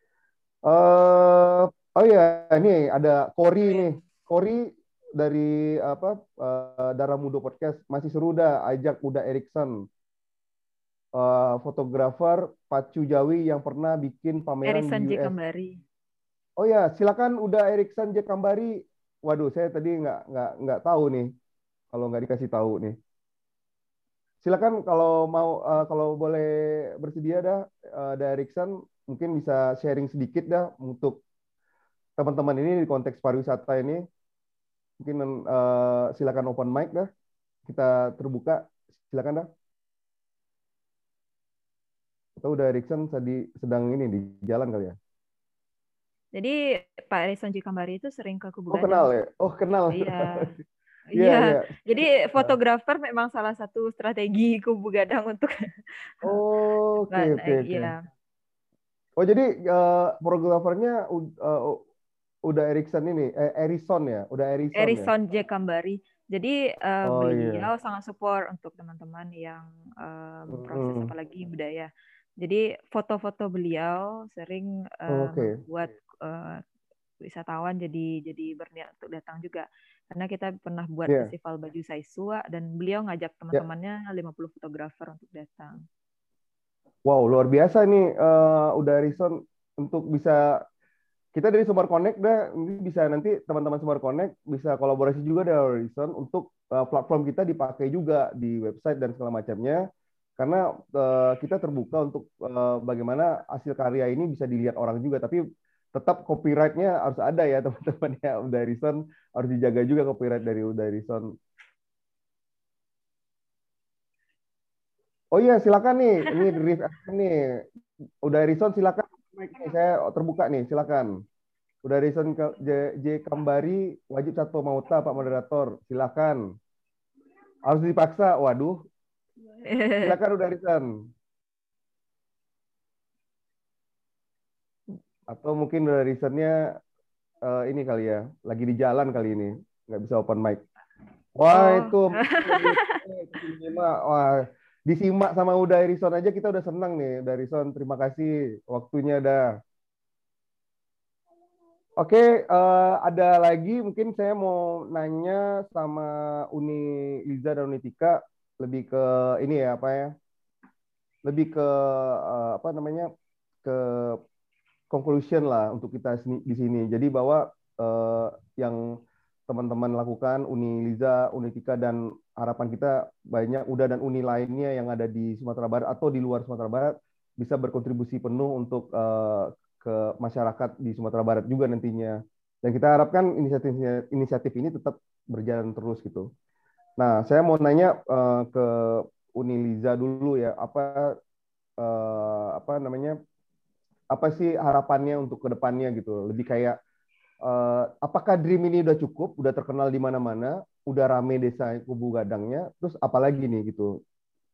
Uh, oh ya, ini ada Cory nih. Cory dari apa uh, Darah Muda Podcast masih seru dah ajak Uda Erikson, uh, fotografer Pacu Jawi yang pernah bikin pameran Erikson di U S. J Kambari. Oh ya, silakan Uda Erikson J Kambari waduh, saya tadi nggak nggak nggak tahu nih kalau nggak dikasih tahu nih. Silakan kalau mau uh, kalau boleh bersedia dah uh, dari Riksan mungkin bisa sharing sedikit dah untuk teman-teman ini di konteks pariwisata ini. Mungkin uh, silakan open mic dah. Kita terbuka. Silakan dah. Atau udah Riksan tadi sedang ini di jalan kali ya? Jadi Pak Rison Jikambari itu sering ke Kubu Oh Gadang. kenal ya? Oh kenal. Iya. Iya, Iya, iya. jadi fotografer memang salah satu strategi Kubu Gadang untuk Oh, oke, oke, oke. Iya. Oh, jadi uh, fotografernya uh, udah Erikson ini, eh, Erison ya? Udah Erison ya? Erison Jekambari. Jadi uh, Oh, beliau iya. sangat support untuk teman-teman yang um, proses Mm. apalagi budaya. Jadi foto-foto beliau sering uh, Oke. membuat uh, wisatawan jadi jadi berniat untuk datang juga. Karena kita pernah buat Yeah. festival baju Saisua dan beliau ngajak teman-temannya lima puluh fotografer untuk datang. Wow, luar biasa nih uh, udah Erison untuk bisa kita dari Sumber Connect dah ini bisa nanti teman-teman Sumber Connect bisa kolaborasi juga dengan Erison untuk uh, platform kita dipakai juga di website dan segala macamnya karena uh, kita terbuka untuk uh, bagaimana hasil karya ini bisa dilihat orang juga tapi tetap copyright-nya harus ada ya teman-teman ya udah Erison harus dijaga juga copyright dari udah Erison. Oh iya silakan nih ini Riff nih udah Erison silakan saya terbuka nih silakan. Udah Rison J, J Kambari wajib satu mauta Pak moderator silakan harus dipaksa waduh silakan udah Rison atau mungkin udah Risonnya uh, ini kali ya lagi di jalan kali ini nggak bisa open mic wah oh. Itu wah disimak sama udah Rison aja kita udah senang nih udah Rison terima kasih waktunya dah. Oke, uh, ada lagi mungkin saya mau nanya sama Uni Liza dan Uni Tika lebih ke ini ya apa ya, lebih ke uh, apa namanya ke conclusion lah untuk kita di sini. Jadi bahwa uh, yang teman-teman lakukan Uni Liza, Uni Tika dan harapan kita banyak Uda dan Uni lainnya yang ada di Sumatera Barat atau di luar Sumatera Barat bisa berkontribusi penuh untuk uh, ke masyarakat di Sumatera Barat juga nantinya. Dan kita harapkan inisiatif inisiatif ini tetap berjalan terus gitu. Nah, saya mau nanya uh, ke Uni Liza dulu ya, apa uh, apa namanya? Apa sih harapannya untuk ke depannya gitu? Lebih kayak uh, apakah Dream ini udah cukup, udah terkenal di mana-mana, udah rame desa Kubu Gadangnya, terus apalagi nih gitu?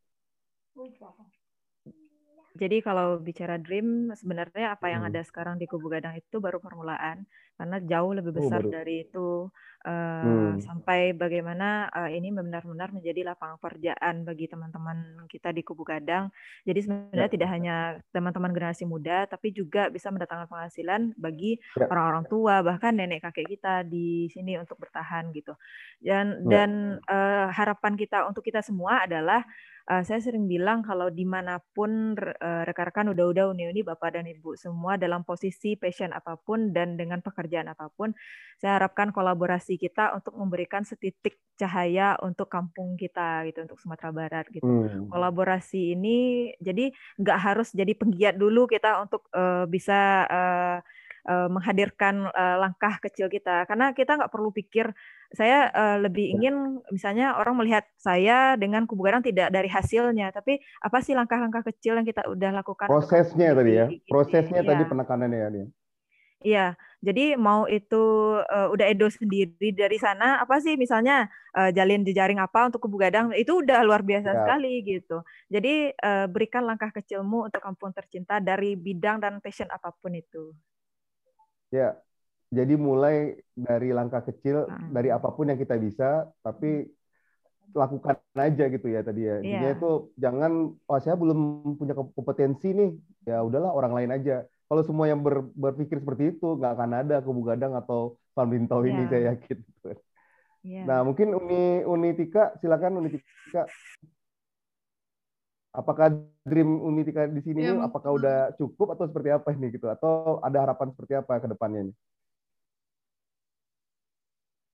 Jadi kalau bicara dream, sebenarnya apa yang hmm. ada sekarang di Kubu Gadang itu baru permulaan, karena jauh lebih besar oh, dari itu uh, hmm. sampai bagaimana uh, ini benar-benar menjadi lapangan pekerjaan bagi teman-teman kita di Kubu Gadang. Jadi sebenarnya ya. Tidak hanya teman-teman generasi muda, tapi juga bisa mendatangkan penghasilan bagi ya. Orang-orang tua, bahkan nenek kakek kita di sini untuk bertahan gitu. Dan ya. Dan uh, harapan kita untuk kita semua adalah Uh, saya sering bilang kalau dimanapun uh, rekan-rekan udah-udah uni-uni Bapak dan Ibu semua dalam posisi passion apapun dan dengan pekerjaan apapun, saya harapkan kolaborasi kita untuk memberikan setitik cahaya untuk kampung kita gitu, untuk Sumatera Barat gitu. Hmm. Kolaborasi ini jadi nggak harus jadi penggiat dulu kita untuk uh, bisa uh, uh, menghadirkan uh, langkah kecil kita, karena kita nggak perlu pikir. Saya uh, lebih ingin misalnya orang melihat saya dengan Kubu Gadang tidak dari hasilnya, tapi apa sih langkah-langkah kecil yang kita udah lakukan prosesnya untuk tadi ya gitu. prosesnya Ya. Tadi penekanannya ya. Iya, jadi mau itu uh, udah Edo sendiri dari sana apa sih misalnya uh, jalin jejaring apa untuk Kubu Gadang itu udah luar biasa ya. Sekali gitu. Jadi uh, berikan langkah kecilmu untuk kampung tercinta dari bidang dan passion apapun itu. Ya. Jadi mulai dari langkah kecil, hmm. dari apapun yang kita bisa, tapi lakukan aja gitu ya tadi ya. Intinya yeah. itu jangan, oh saya belum punya kompetensi nih, ya udahlah orang lain aja. Kalau semua yang ber, berpikir seperti itu, nggak akan ada Kubu Gadang atau Farm Bintau yeah. ini saya yakin. Yeah. Nah mungkin Uni Uni Tika, silakan Uni Tika. Apakah Dream Uni Tika di sini yeah, nih, apakah udah cukup atau seperti apa ini gitu? Atau ada harapan seperti apa ke depannya ini?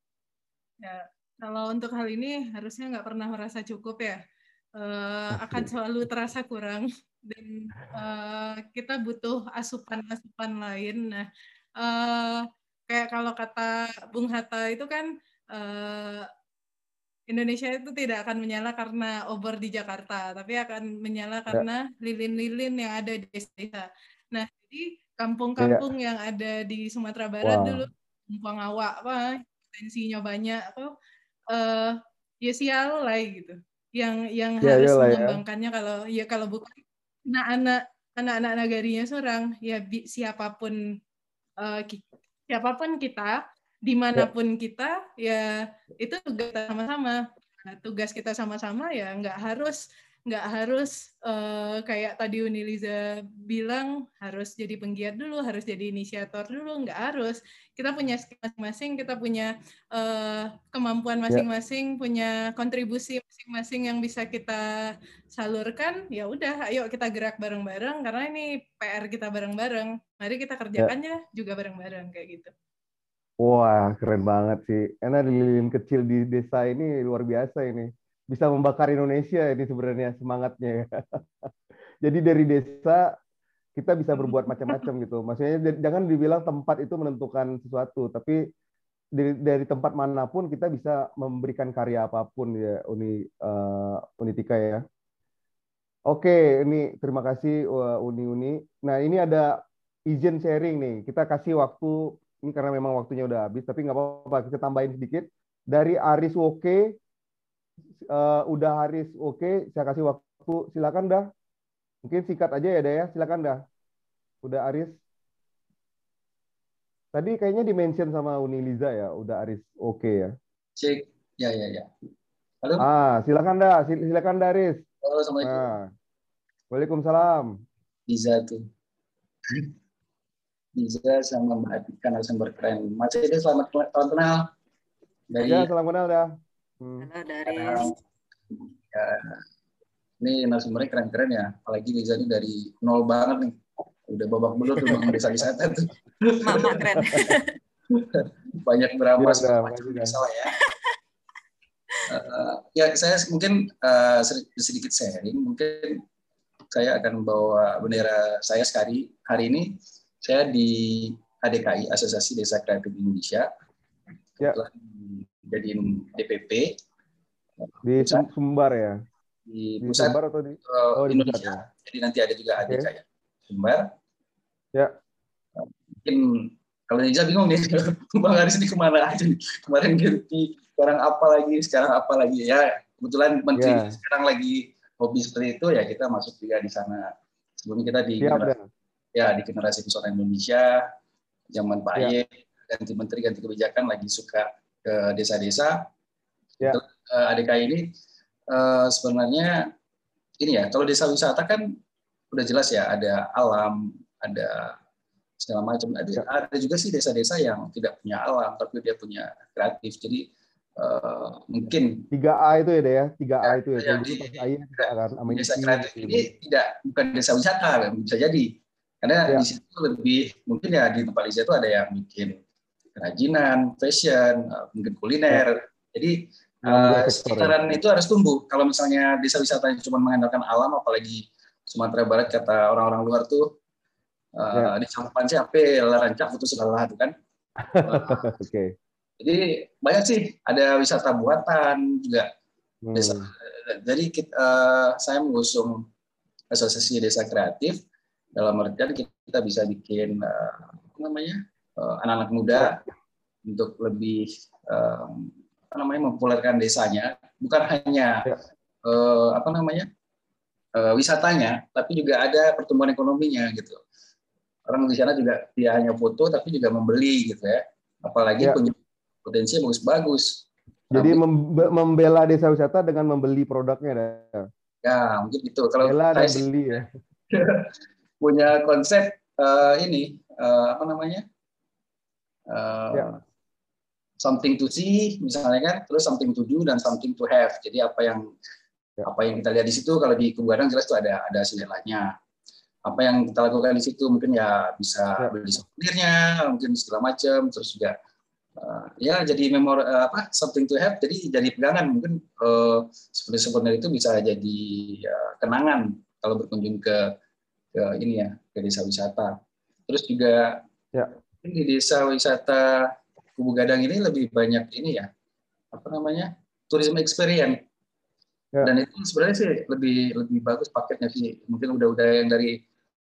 Ya, kalau untuk hal ini harusnya nggak pernah merasa cukup ya, uh, akan selalu terasa kurang dan uh, kita butuh asupan-asupan lain. Nah, uh, kayak kalau kata Bung Hatta itu kan uh, Indonesia itu tidak akan menyala karena obor di Jakarta, tapi akan menyala karena lilin-lilin yang ada di desa-desa. Nah, jadi kampung-kampung ya. yang ada di Sumatera Barat wow. dulu, Kampung Awak, apa, potensinya banyak, atau uh, ya sial lah gitu. Yang yang ya, harus mengembangkannya ya. kalau ya kalau bukan anak-anak anak-anak nagarinya seorang, ya bi, siapapun uh, ki, siapapun kita. Dimanapun ya. kita, ya itu tugas kita sama-sama. Nah, tugas kita sama-sama ya nggak harus nggak harus uh, kayak tadi Uniliza bilang harus jadi penggiat dulu, harus jadi inisiator dulu, nggak harus. Kita punya skill masing-masing, kita punya uh, kemampuan masing-masing, ya. punya kontribusi masing-masing yang bisa kita salurkan. Ya udah, ayo kita gerak bareng-bareng karena ini P R kita bareng-bareng. Mari kita kerjakannya ya. juga bareng-bareng kayak gitu. Wah, keren banget sih. Karena lilin kecil di desa ini luar biasa ini. Bisa membakar Indonesia ini sebenarnya semangatnya. Jadi dari desa kita bisa berbuat macam-macam gitu. Maksudnya jangan dibilang tempat itu menentukan sesuatu, tapi dari, dari tempat manapun kita bisa memberikan karya apapun ya, Uni uh, Unitika ya. Oke, ini terima kasih Uni-Uni. Nah, ini ada izin sharing nih. Kita kasih waktu. Ini karena memang waktunya udah habis, tapi nggak apa-apa, kita tambahin sedikit. Dari Aris Oke, uh, udah Aris Oke, saya kasih waktu, silakan dah. Mungkin singkat aja ya, dah ya, silakan dah. Udah Aris. Tadi kayaknya di-mention sama Uniliza ya, udah Aris Oke ya. Cek, ya ya ya. Halo. Ah, silakan dah, silakan dah Aris. Halo, Assalamualaikum. Nah. Waalaikumsalam. Liza tuh. Liza sama Mbak Atika narasumber keren. Mas Ede, selamat salam kenal. Dari ya, salam kenal dah. Hmm. Halo dari. Ya, ini narasumbernya keren-keren ya. Apalagi Liza ini dari nol banget nih. Udah babak belur tuh bangun desa wisata tuh. Mama keren. Banyak drama segala macam masalah ya. Uh, ya saya mungkin uh, sedikit sharing. Mungkin saya akan membawa bendera saya sekali hari ini. Saya di A D K I, Asosiasi Desa Kreatif Indonesia, kebetulan ya. Jadiin D P P. Di pusat, Sumbar ya? Di pusat, di Sumbar atau di uh, oh, Indonesia. Pusat, ya? Jadi nanti ada juga A D K I okay. Sumbar. Ya. Mungkin kalau Nija bingung nih, Bang Aris ini kemana aja nih? Kemarin ganti, sekarang apa lagi, sekarang apa lagi. Ya, kebetulan Menteri ya. Sekarang lagi hobi seperti itu, ya kita masuk juga di sana. Sebelumnya kita di Siap, generasi, ya di generasi pesona Indonesia, zaman Pak Aye, ya. ganti menteri, ganti kebijakan, lagi suka ke desa-desa. Ya. Uh, A D K I ini uh, sebenarnya ini ya, kalau desa wisata kan udah jelas ya, ada alam, ada segala macam. Ada, ya. ada juga sih desa-desa yang tidak punya alam, tapi dia punya kreatif. Jadi Uh, mungkin tiga A itu ya deh ya, tiga A ya, itu ya. ya Jadi pas Ayah akan desa kreatif ini tidak bukan desa wisata, bisa jadi. Karena ya. Di situ lebih mungkin ya di tempat Liza itu ada yang bikin kerajinan, fashion, mungkin kuliner. Ya. Jadi uh, sekitaran ya. Itu harus tumbuh. Kalau misalnya desa wisata yang cuma mengandalkan alam, apalagi Sumatera Barat kata orang-orang luar tuh uh, ya. Di campuran siapa rancak itu segala itu kan. Oke. Okay. Jadi banyak sih, ada wisata buatan juga. Hmm. Desa. Jadi kita, uh, saya mengusung asosiasi desa kreatif dalam artian kita bisa bikin uh, apa namanya uh, anak-anak muda ya. Untuk lebih um, apa namanya mempopulerkan desanya, bukan hanya ya. uh, apa namanya uh, wisatanya, tapi juga ada pertumbuhan ekonominya gitu. Orang di sana juga tidak hanya foto, tapi juga membeli gitu ya. Apalagi ya. Punya potensi bagus-bagus. Jadi nah, membela desa wisata dengan membeli produknya. Ya, ya mungkin itu. Kalau bela dan saya beli ya. Punya konsep uh, ini uh, apa namanya uh, ya. Something to see misalnya kan, terus something to do dan something to have. Jadi apa yang ya. Apa yang kita lihat di situ kalau di Kubu Gadang jelas itu ada ada nilainya. Apa yang kita lakukan di situ mungkin ya bisa ya. Beli souvenirnya, mungkin segala macam, terus juga uh, ya jadi memori uh, apa something to have, jadi jadi pegangan mungkin uh, seperti souvenir itu bisa jadi uh, kenangan kalau berkunjung ke ke ini ya, ke desa wisata. Terus juga ya. di desa wisata Kubu Gadang ini lebih banyak ini ya, apa namanya, tourism experience. Ya. Dan itu sebenarnya sih lebih lebih bagus paketnya sih. Mungkin udah-udah yang dari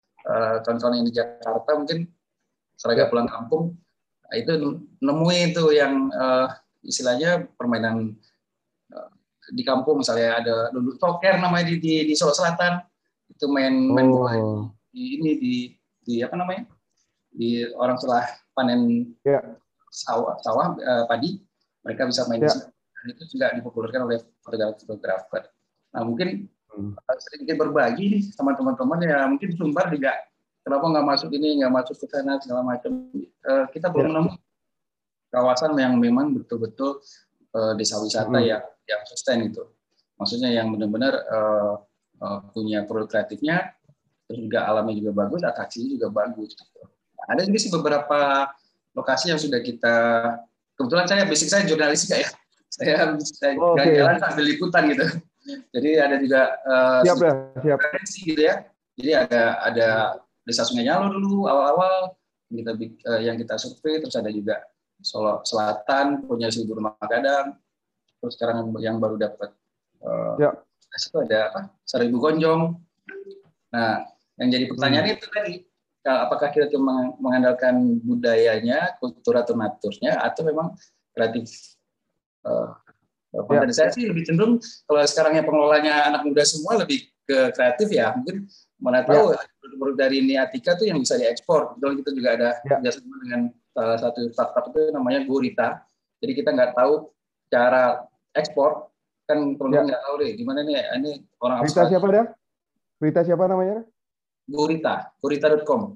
uh, kawan-kawan yang di Jakarta mungkin seragam ya. Pulang kampung, nah, itu nemuin itu yang uh, istilahnya permainan uh, di kampung, misalnya ada dulu toker namanya di, di di Solo Selatan, itu main main oh. bola di ini di di apa namanya, di orang setelah panen ya. sawah sawah uh, padi, mereka bisa main ya. Di situ. Dan itu juga dipopulerkan oleh fotografer. Nah mungkin hmm. sedikit berbagi nih sama teman-teman ya, mungkin Sumbar juga kenapa nggak masuk ini, nggak masuk ke sana segala macam. Uh, kita belum ya. Menemukan kawasan yang memang betul-betul uh, desa wisata hmm. yang yang sustain itu. Maksudnya yang benar-benar uh, uh, punya produk kreatifnya, terus juga alamnya juga bagus, atraksinya juga bagus. Gitu. Nah, ada juga sih beberapa lokasi yang sudah kita, kebetulan saya basic saya jurnalis juga ya. Saya, saya oh, jalan-jalan okay. sambil liputan gitu. Jadi ada juga uh, siap ya, siap. Gitu ya. Jadi ada ada desa Sungai Nyalo dulu awal-awal kita uh, yang kita survei, terus ada juga Solo Selatan punya Seribu Rumah Gadang. Terus sekarang yang baru dapat uh, ya. Itu ada apa? Seribu Gonjong. Nah, yang jadi pertanyaan hmm. itu tadi, apakah kita cuma mengandalkan budayanya, kultur atau naturnya, atau memang kreatif? Uh, ya. Dari saya sih lebih cenderung kalau sekarang yang pengelolanya anak muda semua lebih ke kreatif ya, mungkin mana tahu ya. Produk dari Niatika tuh yang bisa diekspor. Kebetulan kita juga ada ya. Kerjasama dengan salah satu startup itu namanya Gurita. Jadi kita nggak tahu cara ekspor, kan teman-teman nggak ya. Tahu deh gimana nih ini orang Gurita siapa dah? Gurita siapa namanya? Gurita, gurita dot com.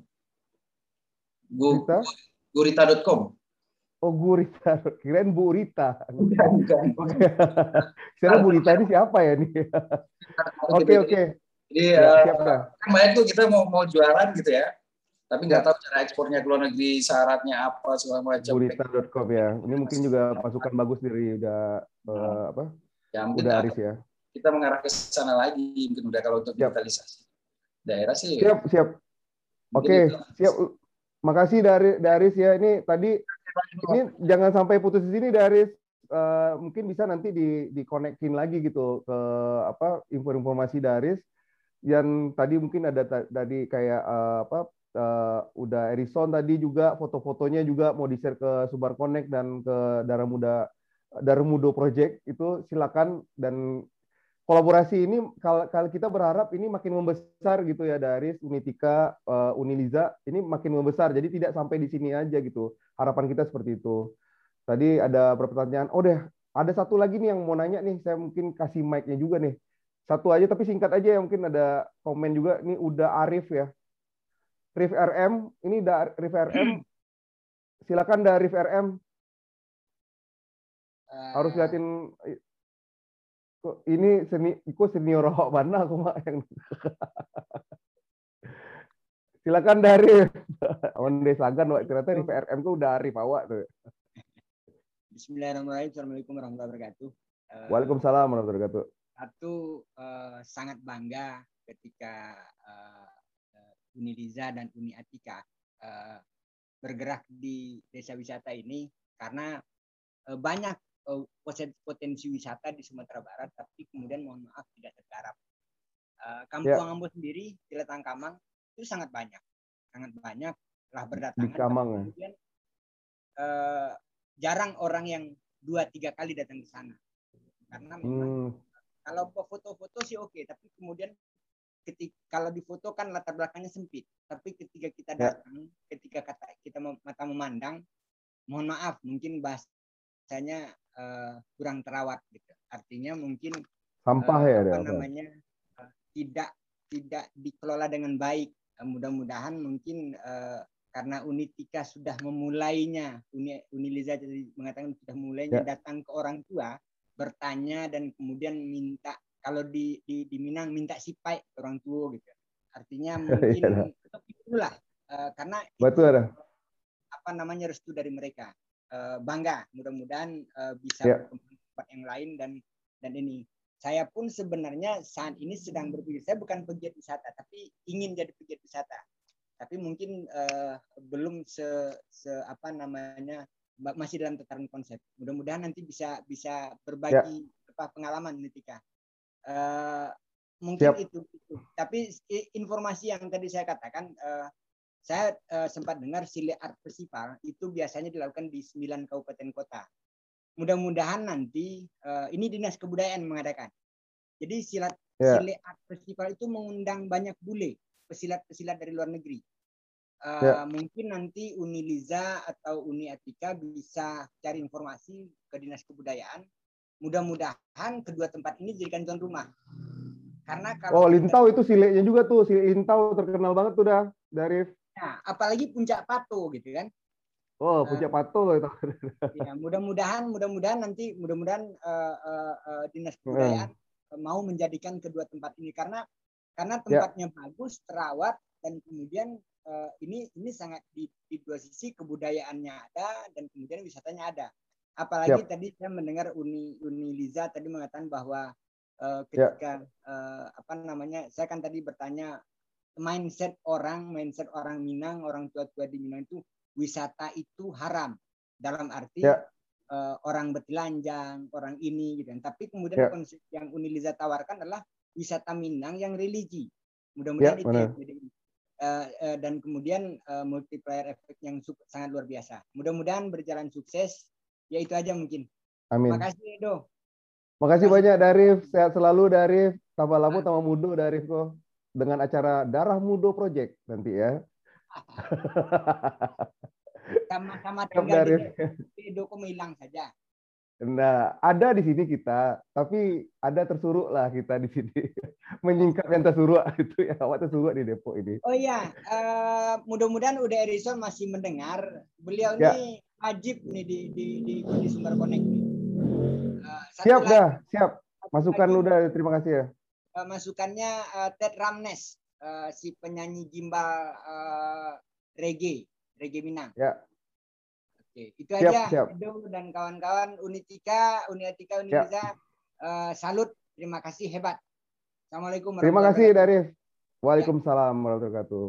Gurita? Gurita dot com. Oh, Gurita, kirain Bu Rita. Bukan, bukan. Kira Bu Rita ini siapa ya nih? Oke, oke. Jadi ya, siap, kan banyak tuh kita mau mau jualan gitu ya, tapi nggak ya. Tahu cara ekspornya ke luar negeri, syaratnya apa segala macam. Gurita dot com ya. Ini mungkin juga masukan bagus dari udah nah, uh, apa? Ya, udah Aris ya. Kita mengarah ke sana lagi, mungkin udah kalau untuk digitalisasi daerah sih. Siap, siap. Oke, siap. Makasih dari Daris ya. Ini tadi ini jangan sampai putus di sini Daris. Uh, mungkin bisa nanti di dikonekin lagi gitu ke apa info-informasi Daris. Yang tadi mungkin ada tadi kayak uh, apa uh, udah Erison tadi juga foto-fotonya juga mau di-share ke Sumbar Connect dan ke Darah Muda Darah Mudo Project itu silakan. Dan kolaborasi ini kalau, kalau kita berharap ini makin membesar gitu ya Daris, Unitika, uh, Uniliza ini makin membesar. Jadi tidak sampai di sini aja gitu. Harapan kita seperti itu. Tadi ada pertanyaan. Oh deh, ada satu lagi nih yang mau nanya nih. Saya mungkin kasih mic-nya juga nih. Satu aja tapi singkat aja ya, mungkin ada komen juga. Ini udah Arif ya. Rif R M, ini udah Rif R M. Silakan dari Rif R M. Harus liatin ini seni, ikut senior rohok mana aku mah yang silakan dari Onde Sagan wak ternyata di P R M tuh udah Arif awak tuh. Bismillahirrahmanirrahim. Assalamualaikum warahmatullahi wabarakatuh. Waalaikumsalam warahmatullahi wabarakatuh. Satu uh, sangat bangga ketika uh, Uniliza dan Uni Atika uh, bergerak di desa wisata ini karena uh, banyak potensi wisata di Sumatera Barat, tapi kemudian mohon maaf tidak tergarap. Kampung yeah. Ambo sendiri di Letang Kamang itu sangat banyak, sangat banyak telah berdatangan. Di Kamang, ya. Kemudian eh, jarang orang yang dua tiga kali datang ke sana, karena memang hmm. kalau foto-foto sih oke, tapi kemudian ketika kalau difoto kan latar belakangnya sempit, tapi ketika kita datang, yeah. ketika kata kita mata memandang, mohon maaf mungkin bahasanya Uh, kurang terawat gitu. Artinya mungkin sampah uh, ya apa namanya uh, tidak tidak dikelola dengan baik. Uh, mudah-mudahan mungkin uh, karena Unitika sudah memulainya, Uni, Uniliza jadi mengatakan sudah mulainya ya. Datang ke orang tua bertanya dan kemudian minta kalau di di, di Minang minta sipai ke orang tua gitu. Artinya mungkin itulah uh, karena itu, apa namanya restu dari mereka. uh, bangga. Mudah-mudahan uh, bisa yeah. berkembang ke tempat yang lain dan dan ini. Saya pun sebenarnya saat ini sedang berpikir, saya bukan pegiat wisata, tapi ingin jadi pegiat wisata. Tapi mungkin uh, belum se, se apa namanya masih dalam tataran konsep. Mudah-mudahan nanti bisa bisa berbagi yeah. apa pengalaman Nitika. Uh, mungkin itu, itu. Tapi informasi yang tadi saya katakan, uh, saya uh, sempat dengar Sile Art Festival itu biasanya dilakukan di sembilan kabupaten kota. Mudah-mudahan nanti uh, ini Dinas Kebudayaan mengadakan. Jadi silat yeah. Sile Art Festival itu mengundang banyak bule, pesilat-pesilat dari luar negeri. Uh, yeah. Mungkin nanti Uniliza atau Uni Atika bisa cari informasi ke Dinas Kebudayaan. Mudah-mudahan kedua tempat ini dijadikan tuan rumah. Karena kalau oh Lintau kita... itu silenya juga tuh, Sile Lintau terkenal banget tuh dah dari. Nah, apalagi Puncak Pato gitu kan. Oh, Puncak Pato itu. Ya, mudah-mudahan, mudah-mudahan nanti, mudah-mudahan uh, uh, uh, Dinas Kebudayaan hmm. mau menjadikan kedua tempat ini karena karena tempatnya ya. bagus, terawat dan kemudian uh, ini ini sangat di, di dua sisi kebudayaannya ada dan kemudian wisatanya ada. Apalagi ya. tadi saya mendengar Uni Uniliza tadi mengatakan bahwa uh, ketika ya. uh, apa namanya, saya kan tadi bertanya mindset orang, mindset orang Minang, orang tua-tua di Minang itu wisata itu haram dalam arti ya. uh, orang bertelanjang, orang ini gitu. Tapi kemudian ya. konsep yang Uniliza tawarkan adalah wisata Minang yang religi. Mudah-mudahan ya, itu yang jadi, uh, uh, dan kemudian uh, multiplier efek yang sangat luar biasa. Mudah-mudahan berjalan sukses. Ya itu aja mungkin. Amin. Makasih Edo. Makasih banyak Darif. Sehat selalu Darif. Tambah lamu, tambah mudo Darif kok. Dengan acara Darah Mudo Project nanti ya. Sama-sama tinggal di Edo kok hilang saja. Nah, ada di sini kita, tapi ada tersuruh lah kita di sini. Menyingkap yang tersuruh itu ya, awak tersuruh di Depok ini. Oh iya, uh, mudah-mudahan Uda Edison masih mendengar. Beliau ya. ini wajib nih di di di, di Sumber Connect nih. Uh, siap lagi, dah, siap. Masukan udah, terima kasih ya. Uh, masukannya uh, Ted Ramnes. Uh, si penyanyi gimbal uh, reggae, reggae Minang. Ya. Oke, itu siap, aja. Siap. Edo dan kawan-kawan Unitika, Uniatika, Uniliza, uh, salut, terima kasih, hebat. Assalamualaikum. Terima kasih Darif. Waalaikumsalam warahmatullahi wabarakatuh.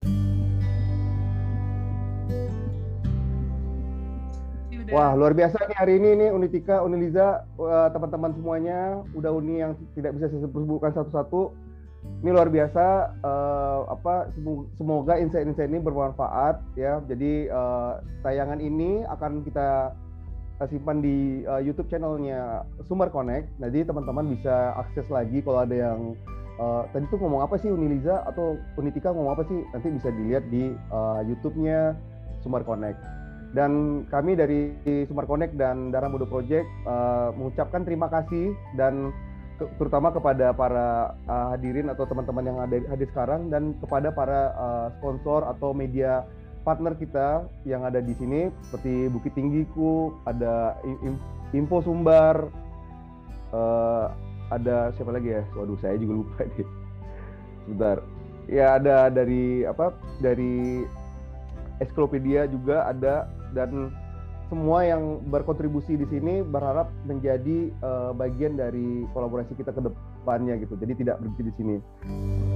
Wah, luar biasa nih hari ini nih Unitika, Uniliza, uh, teman-teman semuanya, udah uni yang tidak bisa saya sebutkan satu-satu. Ini luar biasa, uh, apa semoga insight-insight ini bermanfaat ya. Jadi uh, tayangan ini akan kita simpan di uh, YouTube channelnya Sumber Connect. Jadi teman-teman bisa akses lagi kalau ada yang uh, tadi tuh ngomong apa sih Uniliza atau Unitika ngomong apa sih, nanti bisa dilihat di uh, YouTube-nya Sumber Connect. Dan kami dari Sumber Connect dan Darah Mudo Project uh, mengucapkan terima kasih dan terutama kepada para uh, hadirin atau teman-teman yang ada hadir sekarang dan kepada para uh, sponsor atau media partner kita yang ada di sini seperti Bukit Tinggiku, ada Info Sumbar, uh, ada siapa lagi ya? Waduh, saya juga lupa nih. Sebentar. Ya ada dari apa? Dari Ensiklopedia juga ada dan semua yang berkontribusi di sini berharap menjadi uh, bagian dari kolaborasi kita ke depannya gitu. Jadi tidak berhenti di sini.